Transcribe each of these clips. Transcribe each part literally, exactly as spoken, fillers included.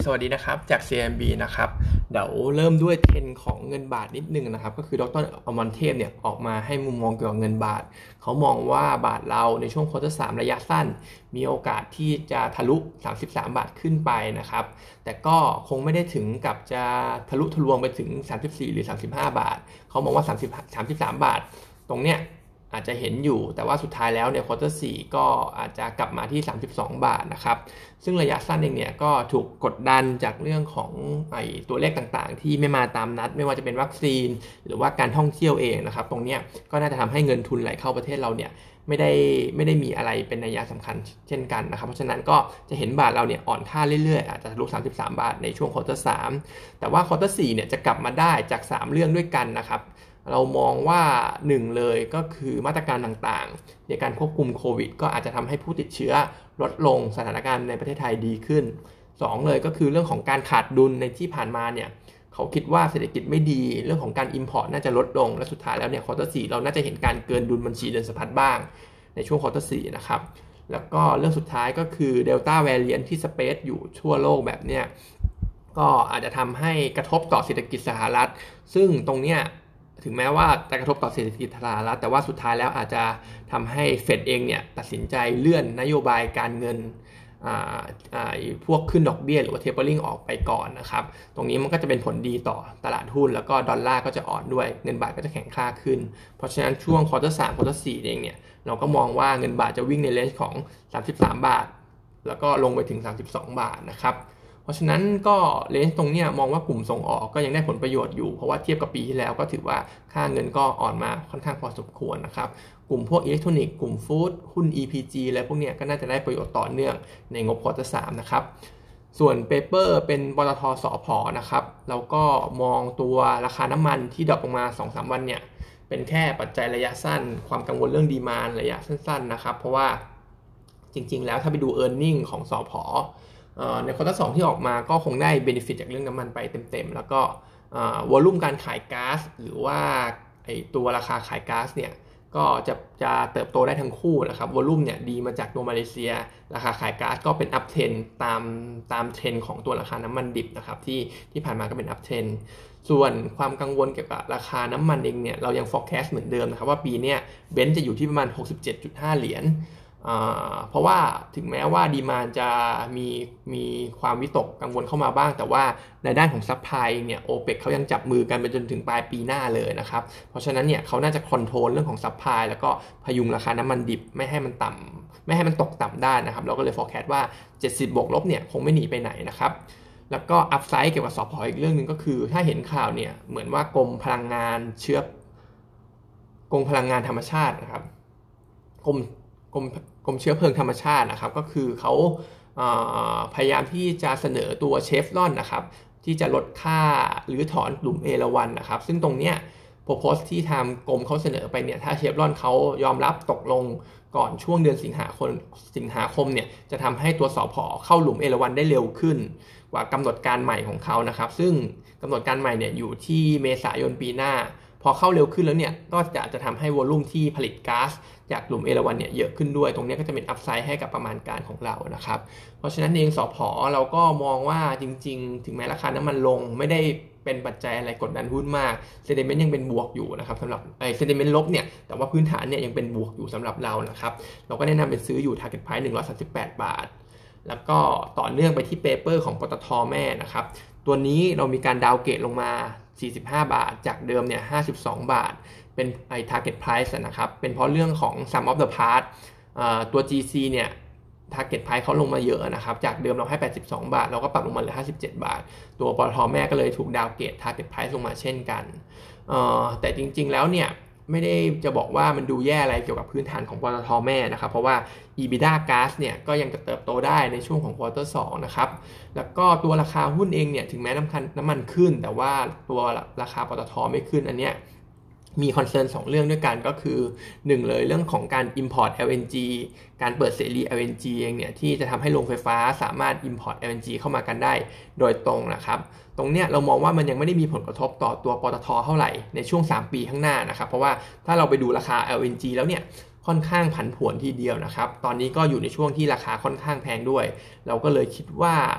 สวัสดีนะครับจาก ซี เอ็ม บี นะครับเดี๋ยวเริ่มด้วยเทรนด์ของเงินบาทนิดนึงนะครับก็คือดรอมรเทพเนี่ยออกมาให้มุมมองเกี่ยวกับเงินบาทเขามองว่าบาทเราในช่วงควอเตอร์สามระยะสั้นมีโอกาสที่จะทะลุสามสิบสามบาทขึ้นไปนะครับแต่ก็คงไม่ได้ถึงกับจะทะลุทะลวงไปถึงสามสิบสี่หรือสามสิบห้าบาทเขามองว่า30 สามสิบสามบาทตรงเนี้ยอาจจะเห็นอยู่แต่ว่าสุดท้ายแล้วเนี่ยควอเตอร์สี่ก็อาจจะกลับมาที่สามสิบสองบาทนะครับซึ่งระยะสั้นเองเนี่ยก็ถูกกดดันจากเรื่องของไอ้ตัวเลขต่างๆที่ไม่มาตามนัดไม่ว่าจะเป็นวัคซีนหรือว่าการท่องเที่ยวเองนะครับตรงเนี้ยก็น่าจะทำให้เงินทุนไหลเข้าประเทศเราเนี่ยไม่ได้ไม่ได้มีอะไรเป็นนัยสำคัญเช่นกันนะครับเพราะฉะนั้นก็จะเห็นบาทเราเนี่ยอ่อนค่าเรื่อยๆอาจจะทะลุสามสิบสามบาทในช่วงควอเตอร์สามแต่ว่าควอเตอร์สี่เนี่ยจะกลับมาได้จากสามเรื่องด้วยกันนะครับเรามองว่าหนึ่งเลยก็คือมาตรการต่างๆในการควบคุมโควิดก็อาจจะทำให้ผู้ติดเชื้อลดลงสถานการณ์ในประเทศไทยดีขึ้นสองเลยก็คือเรื่องของการขาดดุลในที่ผ่านมาเนี่ยเขาคิดว่าเศรษฐกิจไม่ดีเรื่องของการ import น่าจะลดลงและสุดท้ายแล้วเนี่ยควอเตอร์สี่เราน่าจะเห็นการเกินดุลบัญชีเดินสะพัดบ้างในช่วงควอเตอร์สี่นะครับแล้วก็เรื่องสุดท้ายก็คือ Delta Variant ที่สเปรดอยู่ทั่วโลกแบบเนี้ยก็อาจจะทำให้กระทบต่อเศรษฐกิจสหรัฐซึ่งตรงเนี้ยถึงแม้ว่าจะกระทบต่อเศรษฐกิจสหรัฐแต่ว่าสุดท้ายแล้วอาจจะทำให้เฟดเองเนี่ยตัดสินใจเลื่อนนโยบายการเงินพวกขึ้นดอกเบี้ยหรือว่า tapering ออกไปก่อนนะครับตรงนี้มันก็จะเป็นผลดีต่อตลาดหุ้นแล้วก็ดอลลาร์ก็จะอ่อนด้วยเงินบาทก็จะแข็งค่าขึ้นเพราะฉะนั้นช่วงควอเตอร์สามควอเตอร์สี่เองเนี่ยเราก็มองว่าเงินบาทจะวิ่งในเรนจ์ของสามสิบสามบาทแล้วก็ลงไปถึงสามสิบสองบาทนะครับเพราะฉะนั้นก็เลนส์ตรงเนี้ยมองว่ากลุ่มส่งออกก็ยังได้ผลประโยชน์อยู่เพราะว่าเทียบกับปีที่แล้วก็ถือว่าค่าเงินก็อ่อนมาค่อนข้างพอสมควรนะครับกลุ่มพวกอิเล็กทรอนิกส์กลุ่มฟู้ดหุ้น อี พี จี อะไรพวกเนี้ยก็น่าจะได้ประโยชน์ต่อเนื่องในงบควอเตอร์สามนะครับส่วนเปเปอร์เป็นปตท.สผ.นะครับเราก็มองตัวราคาน้ำมันที่ดรอปลงมา สองถึงสาม วันเนี่ยเป็นแค่ปัจจัยระยะสั้นความกังวลเรื่องดีมานด์ระยะสั้นๆนะครับเพราะว่าจริงๆแล้วถ้าไปดู earning ของสผ.ในควอเตอร์สองที่ออกมาก็คงได้เบเนฟิตจากเรื่องน้ำมันไปเต็มๆแล้วก็วอลุ่มการขายก๊าซหรือว่าไอตัวราคาขายก๊าซเนี่ยก็จะจะเติบโตได้ทั้งคู่นะครับวอลุ่มเนี่ยดีมาจากตัวมาเลเซียราคาขายก๊าซก็เป็นอัพเทรนตามตามเทรนของตัวราคาน้ำมันดิบนะครับที่ที่ผ่านมาก็เป็นอัพเทรนส่วนความกังวลเกี่ยวกับราคาน้ำมันเองเนี่ยเรายัง forecast เหมือนเดิมนะครับว่าปีนี้เบนซ์จะอยู่ที่ประมาณ หกสิบเจ็ดจุดห้า เหรียญเพราะว่าถึงแม้ว่าดีมานด์จะมีมีความวิตกกังวลเข้ามาบ้างแต่ว่าในด้านของซัพพลายเนี่ยโอเปกเขายังจับมือกันไปจนถึงปลายปีหน้าเลยนะครับเพราะฉะนั้นเนี่ยเขาน่าจะคอนโทรลเรื่องของซัพพลายแล้วก็พยุงราคาน้ำมันดิบไม่ให้มันต่ำไม่ให้มันตกต่ำได้นะครับเราก็เลย forecast ว่าเจ็ดสิบบวกลบเนี่ยคงไม่หนีไปไหนนะครับแล้วก็อัพไซด์เกี่ยวกับสผ.อีกเรื่องนึงก็คือถ้าเห็นข่าวเนี่ยเหมือนว่ากรมพลังงานเชื้อกรมพลังงานธรรมชาตินะครับกรมกรมกรมเชื้อเพลิงธรรมชาตินะครับก็คือเขาพยายามที่จะเสนอตัวเชฟรอนนะครับที่จะลดค่าหรือถอนกลุ่มเอราวัณนะครับซึ่งตรงเนี้ยโปรโพสที่ทางกรมเขาเสนอไปเนี่ยถ้าเชฟรอนเขายอมรับตกลงก่อนช่วงเดือนสิงหาคมสิงหาคมเนี่ยจะทำให้ตัวสผ.เข้าหลุมเอราวัณได้เร็วขึ้นกว่ากำหนดการใหม่ของเขานะครับซึ่งกำหนดการใหม่เนี่ยอยู่ที่เมษายนปีหน้าพอเข้าเร็วขึ้นแล้วเนี่ยก็จะจะทำให้วอลุ่มที่ผลิตก๊าซจากกลุ่มเอราวัณเนี่ยเยอะขึ้นด้วยตรงนี้ก็จะเป็นอัพไซด์ให้กับประมาณการของเรานะครับเพราะฉะนั้นเองสผ.เราก็มองว่าจริงๆถึงแม้ราคาน้ำมันลงไม่ได้เป็นปัจจัยอะไรกดดันหุ้นมากเซนติเมนต์ยังเป็นบวกอยู่นะครับสำหรับไอ้เซนติเมนต์ลบเนี่ยแต่ว่าพื้นฐานเนี่ยยังเป็นบวกอยู่สำหรับเรานะครับเราก็แนะนำเป็นซื้ออยู่ target price หนึ่งร้อยสามสิบแปดบาทแล้วก็ต่อเนื่องไปที่เปเปอร์ของปตท.แม่นะครับตัวนี้เรามีการดาวเกรดลงมาสี่สิบห้าบาทจากเดิมเนี่ยห้าสิบสองบาทเป็นไอ้ target price นะครับเป็นเพราะเรื่องของ sum of the parts ตัว จี ซี เนี่ย target price เขาลงมาเยอะนะครับจากเดิมเราให้แปดสิบสองบาทเราก็ปรับลงมาเหลือห้าสิบเจ็ดบาทตัวปตท.แม่ก็เลยถูกดาวเกรด target price ลงมาเช่นกันแต่จริงๆแล้วเนี่ยไม่ได้จะบอกว่ามันดูแย่อะไรเกี่ยวกับพื้นฐานของปตท.แม่นะครับเพราะว่า EBITDA gas เนี่ยก็ยังจะเติบโตได้ในช่วงของควอเตอร์สองนะครับแล้วก็ตัวราคาหุ้นเองเนี่ยถึงแม้น้ำมันน้ำมันขึ้นแต่ว่าตัวราคาปตท.ไม่ขึ้นอันเนี้ยมีคอนเซิร์นสองเรื่องด้วยกันก็คือหนึ่งเลยเรื่องของการ import แอล เอ็น จี การเปิดเสรี แอล เอ็น จี เองเนี่ยที่จะทำให้โรงไฟฟ้าสามารถ import แอล เอ็น จี เข้ามากันได้โดยตรงนะครับตรงเนี้ยเรามองว่ามันยังไม่ได้มีผลกระทบต่อตัวปตท.เท่าไหร่ในช่วงสามปีข้างหน้านะครับเพราะว่าถ้าเราไปดูราคา แอล เอ็น จี แล้วเนี่ยค่อนข้างผันผวนทีเดียวนะครับตอนนี้ก็อยู่ในช่วงที่ราคาค่อนข้างแพงด้วยเราก็เลยคิดว่า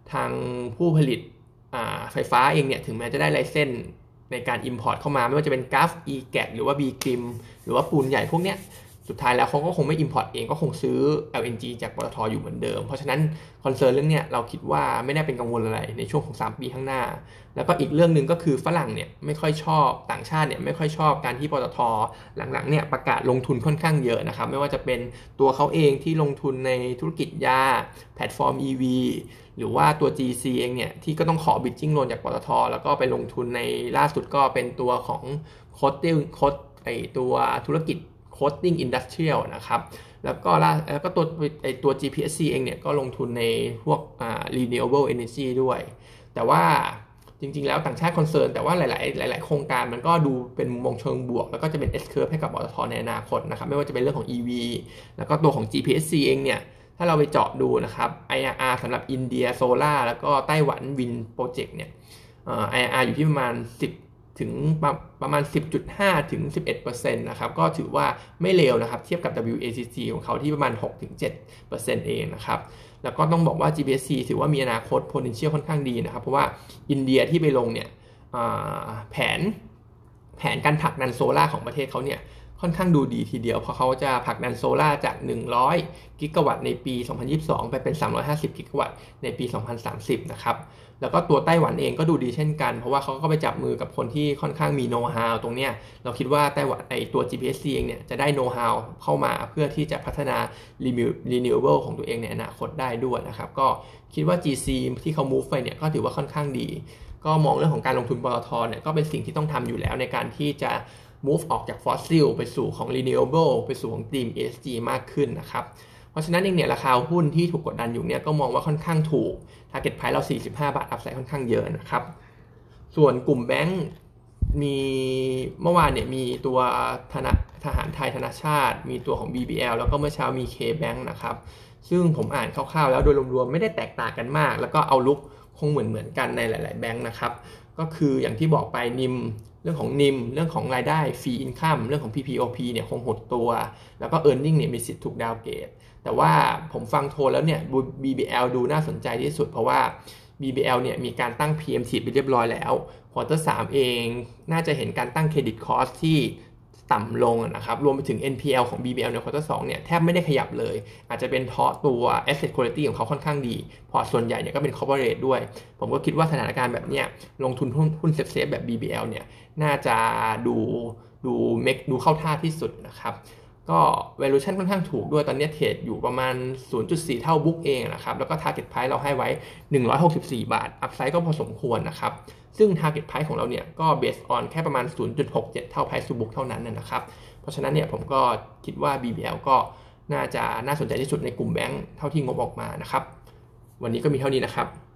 ทางผู้ผลิตไฟฟ้าเองเนี่ยถึงแม้จะได้ไลเซนส์ในการ import เข้ามาไม่ว่าจะเป็น จี เอ เอฟ อี แกต หรือว่า บี จี ไอ เอ็ม หรือว่าปูนใหญ่พวกเนี้ยสุดท้ายแล้วเขาก็คงไม่ import เองก็คงซื้อ แอล เอ็น จี จากปตทอยู่เหมือนเดิมเพราะฉะนั้นคอนเซิร์นเรื่องเนี้ยเราคิดว่าไม่น่าเป็นกังวลอะไรในช่วงของสามปีข้างหน้าแล้วก็อีกเรื่องนึงก็คือฝรั่งเนี่ยไม่ค่อยชอบต่างชาติเนี่ยไม่ค่อยชอบการที่ปตทหลังๆเนี่ยประกาศลงทุนค่อนข้างเยอะนะครับไม่ว่าจะเป็นตัวเขาเองที่ลงทุนในธุรกิจยาแพลตฟอร์ม อี วี หรือว่าตัว จี ซี เองเนี่ยที่ก็ต้องขอ bridging loan จากปตทแล้วก็ไปลงทุนในล่าสุดก็เป็นตัวของ coating โค้ดไอตัวธุรกิจ coating industrial นะครับแล้วก็แล้วก็ตัวไอตัว จี พี เอส ซี เองเนี่ยก็ลงทุนในพวกอ่า renewable energy ด้วยแต่ว่าจริงๆแล้วต่างชาติคอนเซิร์นแต่ว่าหลายๆหลายๆโครงการมันก็ดูเป็นมุมมองเชิงบวกแล้วก็จะเป็น S curve ให้กับปตทในอนาคตนะครับไม่ว่าจะเป็นเรื่องของ อี วี แล้วก็ตัวของ จี พี เอส ซี เองเนี่ยถ้าเราไปเจาะดูนะครับ ไอ อาร์ อาร์ สำหรับอินเดียโซล่าแล้วก็ไต้หวันวินโปรเจกต์เนี่ย ไอ อาร์ อาร์ อยู่ที่ประมาณสิบถึงประมาณ สิบจุดห้า ถึง สิบเอ็ดเปอร์เซ็นต์ นะครับก็ถือว่าไม่เลวนะครับเทียบกับ ดับเบิลยู เอ ซี ซี ของเขาที่ประมาณ หกถึงเจ็ดเปอร์เซ็นต์ เองนะครับแล้วก็ต้องบอกว่า จี พี เอส ซี ถือว่ามีอนาคต potential ค่อนข้างดีนะครับเพราะว่าอินเดียที่ไปลงเนี่ยแผนแผนการผลักดันโซล่าของประเทศเขาเนี่ยค่อนข้างดูดีทีเดียวเพราะเขาจะผลักดันโซล่าจากหนึ่งร้อยกิกะวัตต์ในปีสองพันยี่สิบสองไปเป็นสามร้อยห้าสิบกิกะวัตต์ในปีสองพันสามสิบนะครับแล้วก็ตัวไต้หวันเองก็ดูดีเช่นกันเพราะว่าเขาก็ไปจับมือกับคนที่ค่อนข้างมีโน้ตฮาวตรงเนี้ยเราคิดว่าไต้หวันไอตัว จี พี เอส ซี เองเนี่ยจะได้โน้ตฮาวเข้ามาเพื่อที่จะพัฒนา renewable ของตัวเองในอนาคตได้ด้วยนะครับก็คิดว่า จี ซี ที่เขา move ไปเนี่ยก็ถือว่าค่อนข้างดีก็มองเรื่องของการลงทุนปตทเนี่ยก็เป็นสิ่งที่ต้องทำอยู่แล้วในการที่จะmove ออกจาก fossil ไปสู่ของ renewable ไปสู่ของ ทีม อี เอส จี มากขึ้นนะครับเพราะฉะนั้นเองเนี่ยราคาหุ้นที่ถูกกดดันอยู่เนี่ยก็มองว่าค่อนข้างถูก target price เราสี่สิบห้าบาท upside ค่อนข้างเยอะนะครับส่วนกลุ่มแบงก์มีเมื่อวานเนี่ยมีตัวธนาทหารไทยธนาชาติมีตัวของ บี บี แอล แล้วก็เมื่อเช้ามี K-Bank นะครับซึ่งผมอ่านคร่าวๆแล้วโดยรวมๆไม่ได้แตกต่างกันมากแล้วก็เอาลุกคงเหมือนๆกันในหลายๆแบงก์นะครับก็คืออย่างที่บอกไปนิมเรื่องของ นิม เรื่องของรายได้ Fee Income เรื่องของ พี พี โอ พี เนี่ยคงหดตัวแล้วก็ Earning เนี่ยมีสิทธิ์ถูกดาวเกรดแต่ว่าผมฟังโทนแล้วเนี่ย บี บี แอล ดูน่าสนใจที่สุดเพราะว่า บี บี แอล เนี่ยมีการตั้ง พี เอ็ม ที ไปเรียบร้อยแล้วควอเตอร์สามเองน่าจะเห็นการตั้ง Credit Cost ที่ต่ำลงนะครับรวมไปถึง เอ็น พี แอล ของ บี บี แอล ในควอเตอร์สองเนี่ยแทบไม่ได้ขยับเลยอาจจะเป็นเพราะตัว Asset Quality ของเขาค่อนข้างดีพอส่วนใหญ่เนี่ยก็เป็น Corporate ด้วยผมก็คิดว่าสถานการณ์แบบเนี้ยลงทุนหุ้นเซฟๆแบบ บี บี แอล เนี่ยน่าจะดูดูเมคดูเข้าท่าที่สุดนะครับก็ valuation ค่อนข้างถูกด้วยตอนนี้เทรดอยู่ประมาณ ศูนย์จุดสี่ เท่า book เองนะครับแล้วก็ target price เราให้ไว้หนึ่งร้อยหกสิบสี่บาท upside ก็พอสมควรนะครับซึ่ง target price ของเราเนี่ยก็ based on แค่ประมาณ ศูนย์จุดหกเจ็ด เท่า price to book เท่านั้นนะครับเพราะฉะนั้นเนี่ยผมก็คิดว่า บี บี แอล ก็น่าจะน่าสนใจที่สุดในกลุ่มแบงค์เท่าที่งบออกมานะครับวันนี้ก็มีเท่านี้นะครับ